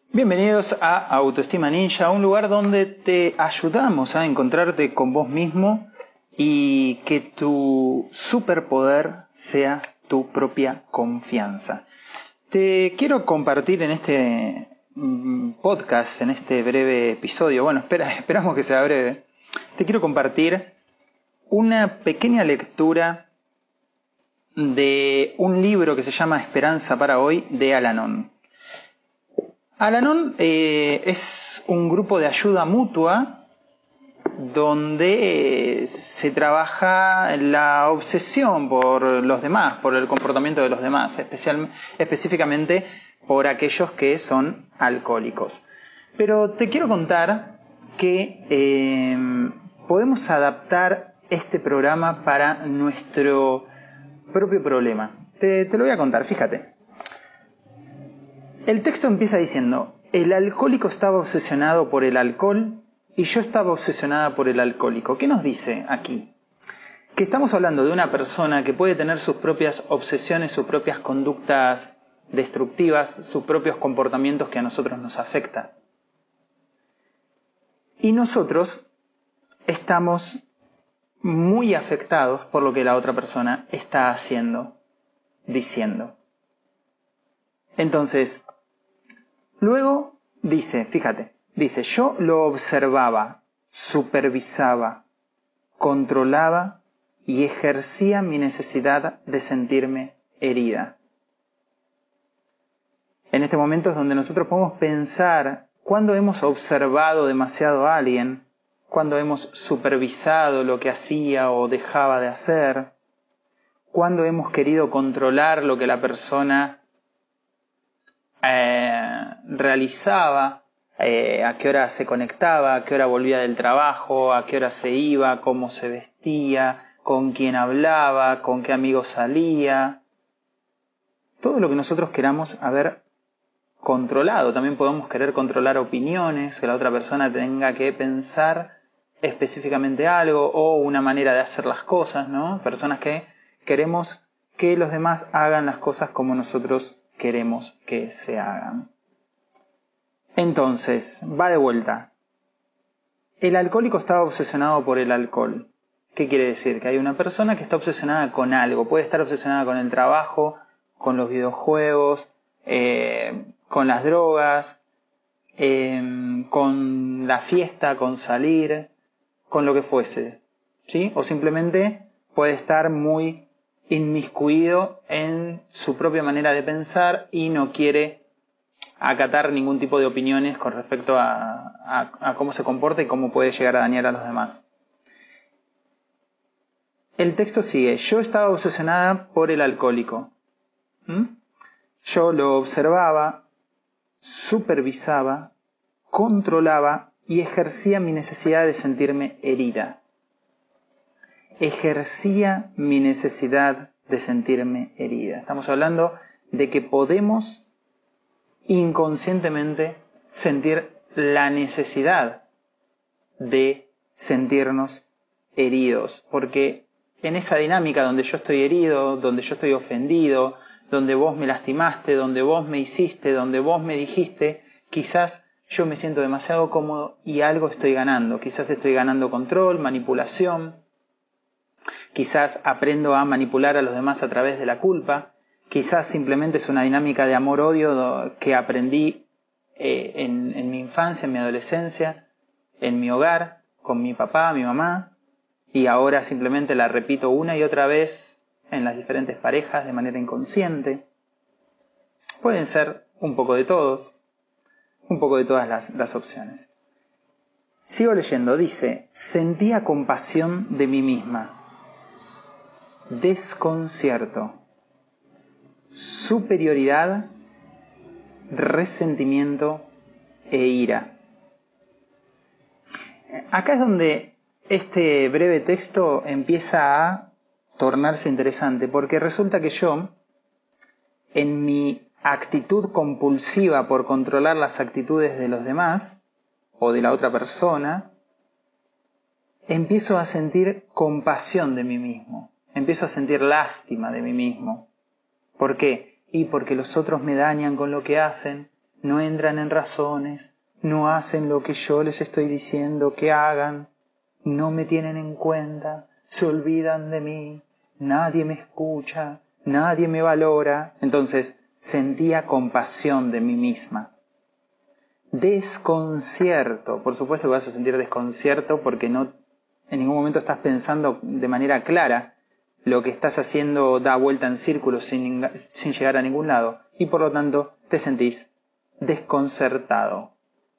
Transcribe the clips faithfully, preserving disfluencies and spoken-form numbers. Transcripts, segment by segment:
Bienvenidos a Autoestima Ninja, un lugar donde te ayudamos a encontrarte con vos mismo y que tu superpoder sea tu propia confianza. Te quiero compartir en este podcast, en este breve episodio, bueno, espera, esperamos que sea breve, te quiero compartir una pequeña lectura de un libro que se llama Esperanza para Hoy, de Al-Anon. Al-Anon eh, es un grupo de ayuda mutua donde eh, se trabaja la obsesión por los demás, por el comportamiento de los demás, especial, específicamente por aquellos que son alcohólicos. Pero te quiero contar que eh, podemos adaptar este programa para nuestro propio problema. Te, te lo voy a contar, fíjate. El texto empieza diciendo: el alcohólico estaba obsesionado por el alcohol y yo estaba obsesionada por el alcohólico. ¿Qué nos dice aquí? Que estamos hablando de una persona que puede tener sus propias obsesiones, sus propias conductas destructivas, sus propios comportamientos que a nosotros nos afectan. Y nosotros estamos muy afectados por lo que la otra persona está haciendo, diciendo. Entonces, luego dice, fíjate, dice, yo lo observaba, supervisaba, controlaba y ejercía mi necesidad de sentirme herida. En este momento es donde nosotros podemos pensar cuándo hemos observado demasiado a alguien, cuándo hemos supervisado lo que hacía o dejaba de hacer, cuándo hemos querido controlar lo que la persona Eh, realizaba, eh, a qué hora se conectaba, a qué hora volvía del trabajo, a qué hora se iba, cómo se vestía, con quién hablaba, con qué amigos salía. Todo lo que nosotros queramos haber controlado. También podemos querer controlar opiniones, que la otra persona tenga que pensar específicamente algo o una manera de hacer las cosas, ¿no? Personas que queremos que los demás hagan las cosas como nosotros queremos que se hagan. Entonces, va de vuelta. El alcohólico estaba obsesionado por el alcohol. ¿Qué quiere decir? Que hay una persona que está obsesionada con algo. Puede estar obsesionada con el trabajo, con los videojuegos, eh, con las drogas, eh, con la fiesta, con salir, con lo que fuese, ¿sí? O simplemente puede estar muy inmiscuido en su propia manera de pensar y no quiere acatar ningún tipo de opiniones con respecto a, a, a cómo se comporta y cómo puede llegar a dañar a los demás. El texto sigue: yo estaba obsesionada por el alcohólico. ¿Mm? Yo lo observaba, supervisaba, controlaba y ejercía mi necesidad de sentirme herida. Ejercía mi necesidad de sentirme herida. Estamos hablando de que podemos inconscientemente sentir la necesidad de sentirnos heridos, porque en esa dinámica donde yo estoy herido, donde yo estoy ofendido, donde vos me lastimaste, donde vos me hiciste, donde vos me dijiste, quizás yo me siento demasiado cómodo y algo estoy ganando. Quizás estoy ganando control, manipulación. Quizás aprendo a manipular a los demás a través de la culpa. Quizás simplemente es una dinámica de amor-odio que aprendí eh, en, en mi infancia, en mi adolescencia, en mi hogar, con mi papá, mi mamá, y ahora simplemente la repito una y otra vez en las diferentes parejas de manera inconsciente. Pueden ser un poco de todos, un poco de todas las, las opciones. Sigo leyendo, dice: sentía compasión de mí misma, desconcierto, superioridad, resentimiento e ira. Acá es donde este breve texto empieza a tornarse interesante, porque resulta que yo, en mi actitud compulsiva por controlar las actitudes de los demás o de la otra persona, empiezo a sentir compasión de mí mismo, empiezo a sentir lástima de mí mismo. ¿Por qué? Y porque los otros me dañan con lo que hacen, no entran en razones, no hacen lo que yo les estoy diciendo que hagan, no me tienen en cuenta, se olvidan de mí, nadie me escucha, nadie me valora. Entonces sentía compasión de mí misma. Desconcierto, por supuesto que vas a sentir desconcierto porque no, en ningún momento estás pensando de manera clara. Lo que estás haciendo da vuelta en círculos sin, sin llegar a ningún lado y por lo tanto te sentís desconcertado.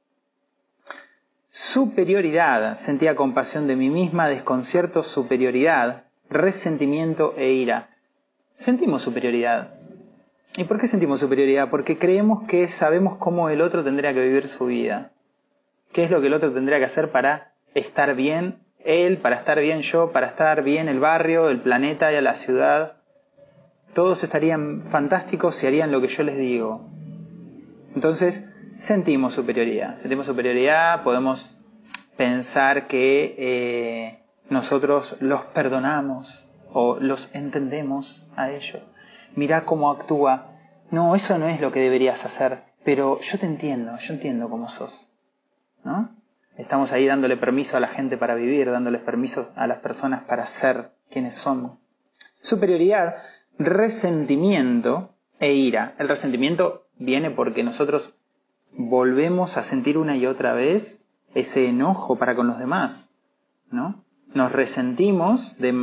Superioridad, sentía compasión de mí misma, desconcierto, superioridad, resentimiento e ira. Sentimos superioridad. ¿Y por qué sentimos superioridad? Porque creemos que sabemos cómo el otro tendría que vivir su vida. ¿Qué es lo que el otro tendría que hacer para estar bien él, para estar bien yo, para estar bien el barrio, el planeta y la ciudad? Todos estarían fantásticos si harían lo que yo les digo. Entonces, sentimos superioridad. Sentimos superioridad, podemos pensar que eh, nosotros los perdonamos o los entendemos a ellos. Mirá cómo actúa. No, eso no es lo que deberías hacer, pero yo te entiendo, yo entiendo cómo sos, ¿no? Estamos ahí dándole permiso a la gente para vivir, dándoles permiso a las personas para ser quienes son. Superioridad, resentimiento e ira. El resentimiento viene porque nosotros volvemos a sentir una y otra vez ese enojo para con los demás, ¿no? Nos resentimos de,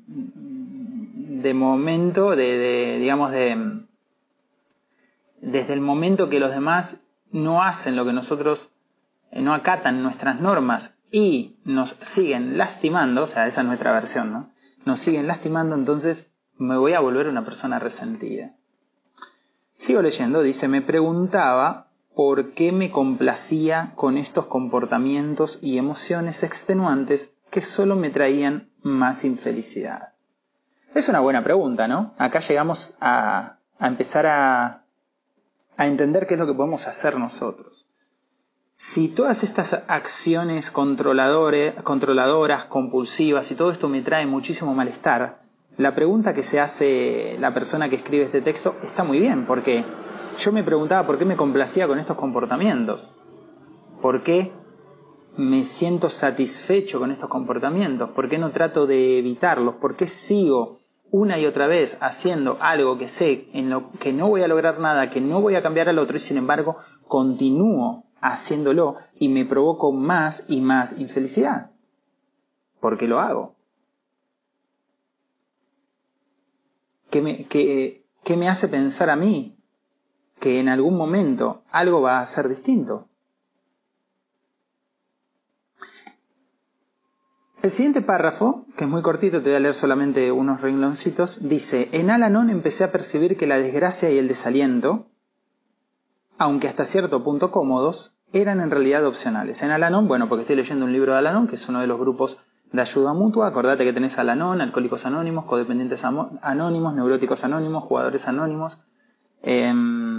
de momento, de, de, digamos, de, desde el momento que los demás no hacen lo que nosotros, no acatan nuestras normas y nos siguen lastimando, o sea, esa es nuestra versión, ¿no? Nos siguen lastimando, entonces me voy a volver una persona resentida. Sigo leyendo, dice, me preguntaba por qué me complacía con estos comportamientos y emociones extenuantes que solo me traían más infelicidad. Es una buena pregunta, ¿no? Acá llegamos a, a empezar a, a entender qué es lo que podemos hacer nosotros. Si todas estas acciones controladoras, compulsivas y todo esto me trae muchísimo malestar, la pregunta que se hace la persona que escribe este texto está muy bien, porque yo me preguntaba por qué me complacía con estos comportamientos, por qué me siento satisfecho con estos comportamientos, por qué no trato de evitarlos, por qué sigo una y otra vez haciendo algo que sé en lo que no voy a lograr nada, que no voy a cambiar al otro y sin embargo continúo haciéndolo y me provoco más y más infelicidad. ¿Por qué lo hago? ¿Qué me, qué, qué me hace pensar a mí que en algún momento algo va a ser distinto? El siguiente párrafo, que es muy cortito, te voy a leer solamente unos rengloncitos, dice: en Al-Anon empecé a percibir que la desgracia y el desaliento, aunque hasta cierto punto cómodos, eran en realidad opcionales. En Al-Anon, bueno, porque estoy leyendo un libro de Al-Anon, que es uno de los grupos de ayuda mutua. Acordate que tenés Al-Anon, Alcohólicos Anónimos, Codependientes Anónimos, Neuróticos Anónimos, Jugadores Anónimos, eh,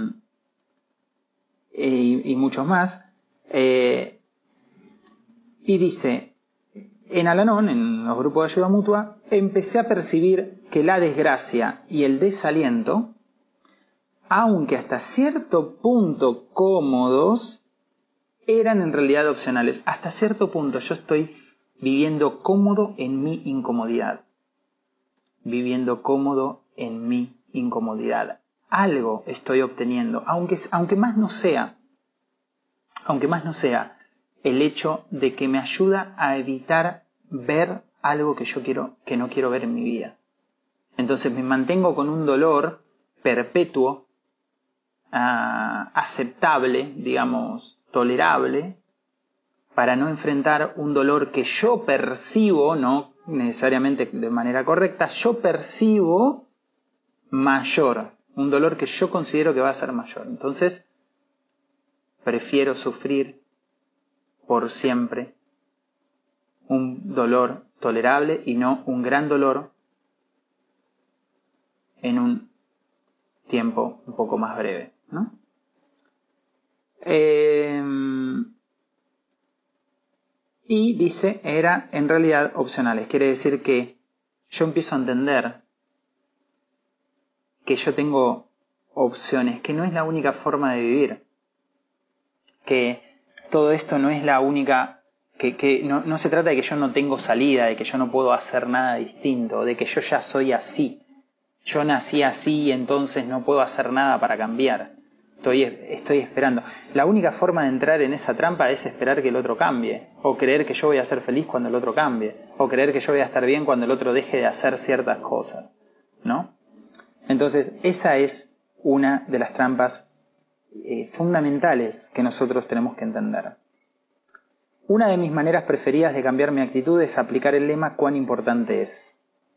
y, y muchos más. Eh, y dice, en Al-Anon, en los grupos de ayuda mutua, empecé a percibir que la desgracia y el desaliento, aunque hasta cierto punto cómodos, eran en realidad opcionales. Hasta cierto punto yo estoy viviendo cómodo en mi incomodidad. Viviendo cómodo en mi incomodidad. Algo estoy obteniendo, aunque, aunque más no sea, aunque más no sea el hecho de que me ayuda a evitar ver algo que yo quiero, que no quiero ver en mi vida. Entonces me mantengo con un dolor perpetuo, uh, aceptable, digamos, tolerable, para no enfrentar un dolor que yo percibo, no necesariamente de manera correcta, yo percibo mayor, un dolor que yo considero que va a ser mayor. Entonces, prefiero sufrir por siempre un dolor tolerable y no un gran dolor en un tiempo un poco más breve, ¿no? Eh, y dice, era en realidad opcionales. Quiere decir que yo empiezo a entender que yo tengo opciones, que no es la única forma de vivir. que todo esto no es la única, que, que no, no se trata de que yo no tengo salida, de que yo no puedo hacer nada distinto, de que yo ya soy así. Yo nací así y entonces no puedo hacer nada para cambiar. Estoy, estoy esperando. La única forma de entrar en esa trampa es esperar que el otro cambie. O creer que yo voy a ser feliz cuando el otro cambie. O creer que yo voy a estar bien cuando el otro deje de hacer ciertas cosas. ¿No? Entonces, esa es una de las trampas eh, fundamentales que nosotros tenemos que entender. Una de mis maneras preferidas de cambiar mi actitud es aplicar el lema cuán importante es.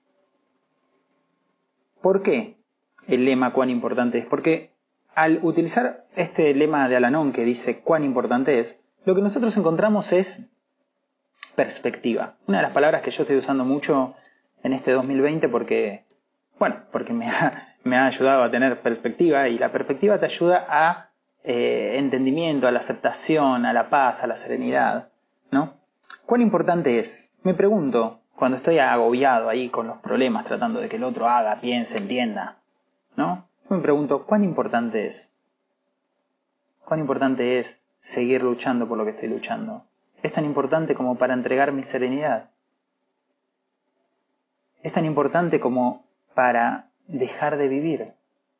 ¿Por qué el lema cuán importante es? Porque al utilizar este lema de Al-Anon que dice cuán importante es, lo que nosotros encontramos es perspectiva. Una de las palabras que yo estoy usando mucho en este dos mil veinte porque, bueno, porque me ha, me ha ayudado a tener perspectiva, y la perspectiva te ayuda a eh, entendimiento, a la aceptación, a la paz, a la serenidad, ¿no? ¿Cuán importante es? Me pregunto cuando estoy agobiado ahí con los problemas, tratando de que el otro haga, piense, entienda, ¿no? Me pregunto, ¿cuán importante es? ¿Cuán importante es seguir luchando por lo que estoy luchando? ¿Es tan importante como para entregar mi serenidad? ¿Es tan importante como para dejar de vivir?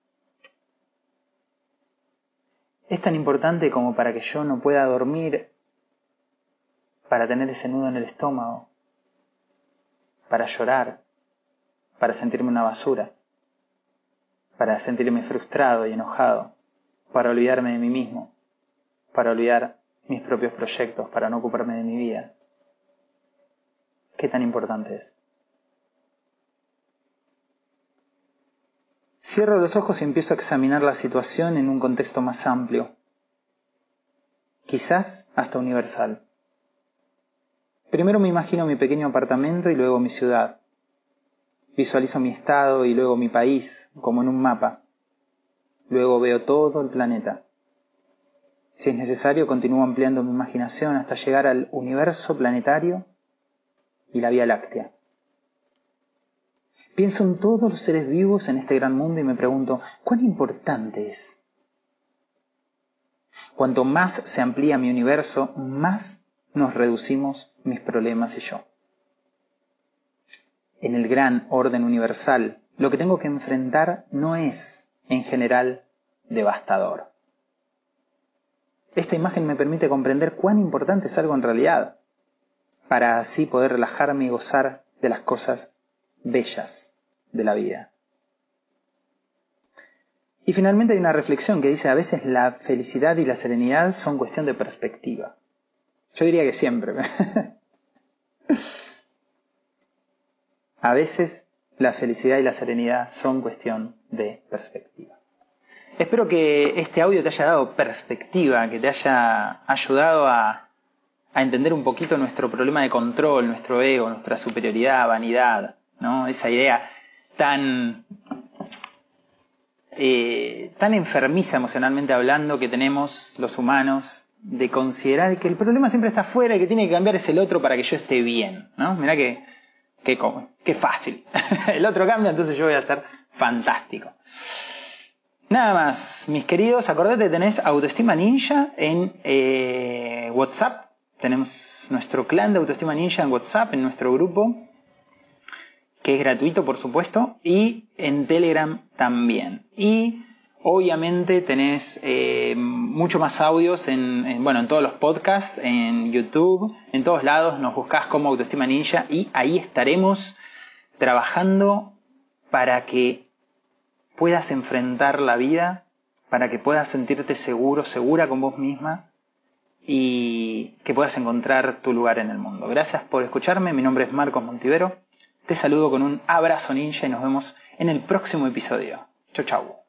¿Es tan importante como para que yo no pueda dormir, para tener ese nudo en el estómago, para llorar, para sentirme una basura, para sentirme frustrado y enojado, para olvidarme de mí mismo, para olvidar mis propios proyectos, para no ocuparme de mi vida? ¿Qué tan importante es? Cierro los ojos y empiezo a examinar la situación en un contexto más amplio, quizás hasta universal. Primero me imagino mi pequeño apartamento y luego mi ciudad. Visualizo mi estado y luego mi país, como en un mapa. Luego veo todo el planeta. Si es necesario, continúo ampliando mi imaginación hasta llegar al universo planetario y la Vía Láctea. Pienso en todos los seres vivos en este gran mundo y me pregunto, ¿cuán importante es? Cuanto más se amplía mi universo, más nos reducimos mis problemas y yo. En el gran orden universal, lo que tengo que enfrentar no es, en general, devastador. Esta imagen me permite comprender cuán importante es algo en realidad, para así poder relajarme y gozar de las cosas bellas de la vida. Y finalmente hay una reflexión que dice, a veces la felicidad y la serenidad son cuestión de perspectiva. Yo diría que siempre. A veces la felicidad y la serenidad son cuestión de perspectiva. Espero que este audio te haya dado perspectiva, que te haya ayudado a, a entender un poquito nuestro problema de control, nuestro ego, nuestra superioridad, vanidad, ¿no? Esa idea tan, eh, tan enfermiza emocionalmente hablando que tenemos los humanos, de considerar que el problema siempre está afuera y que tiene que cambiar es el otro para que yo esté bien, ¿no? Mirá que, que cómodo, qué fácil. El otro cambia, entonces yo voy a ser fantástico. Nada más, mis queridos, acordate, tenés Autoestima Ninja en eh, WhatsApp. Tenemos nuestro clan de Autoestima Ninja en WhatsApp, en nuestro grupo, que es gratuito, por supuesto, y en Telegram también. Y obviamente tenés eh, mucho más audios en, en, bueno, en todos los podcasts, en YouTube, en todos lados nos buscás como Autoestima Ninja y ahí estaremos trabajando para que puedas enfrentar la vida, para que puedas sentirte seguro, segura con vos misma y que puedas encontrar tu lugar en el mundo. Gracias por escucharme, mi nombre es Marcos Montivero, te saludo con un abrazo ninja y nos vemos en el próximo episodio. Chau, chau.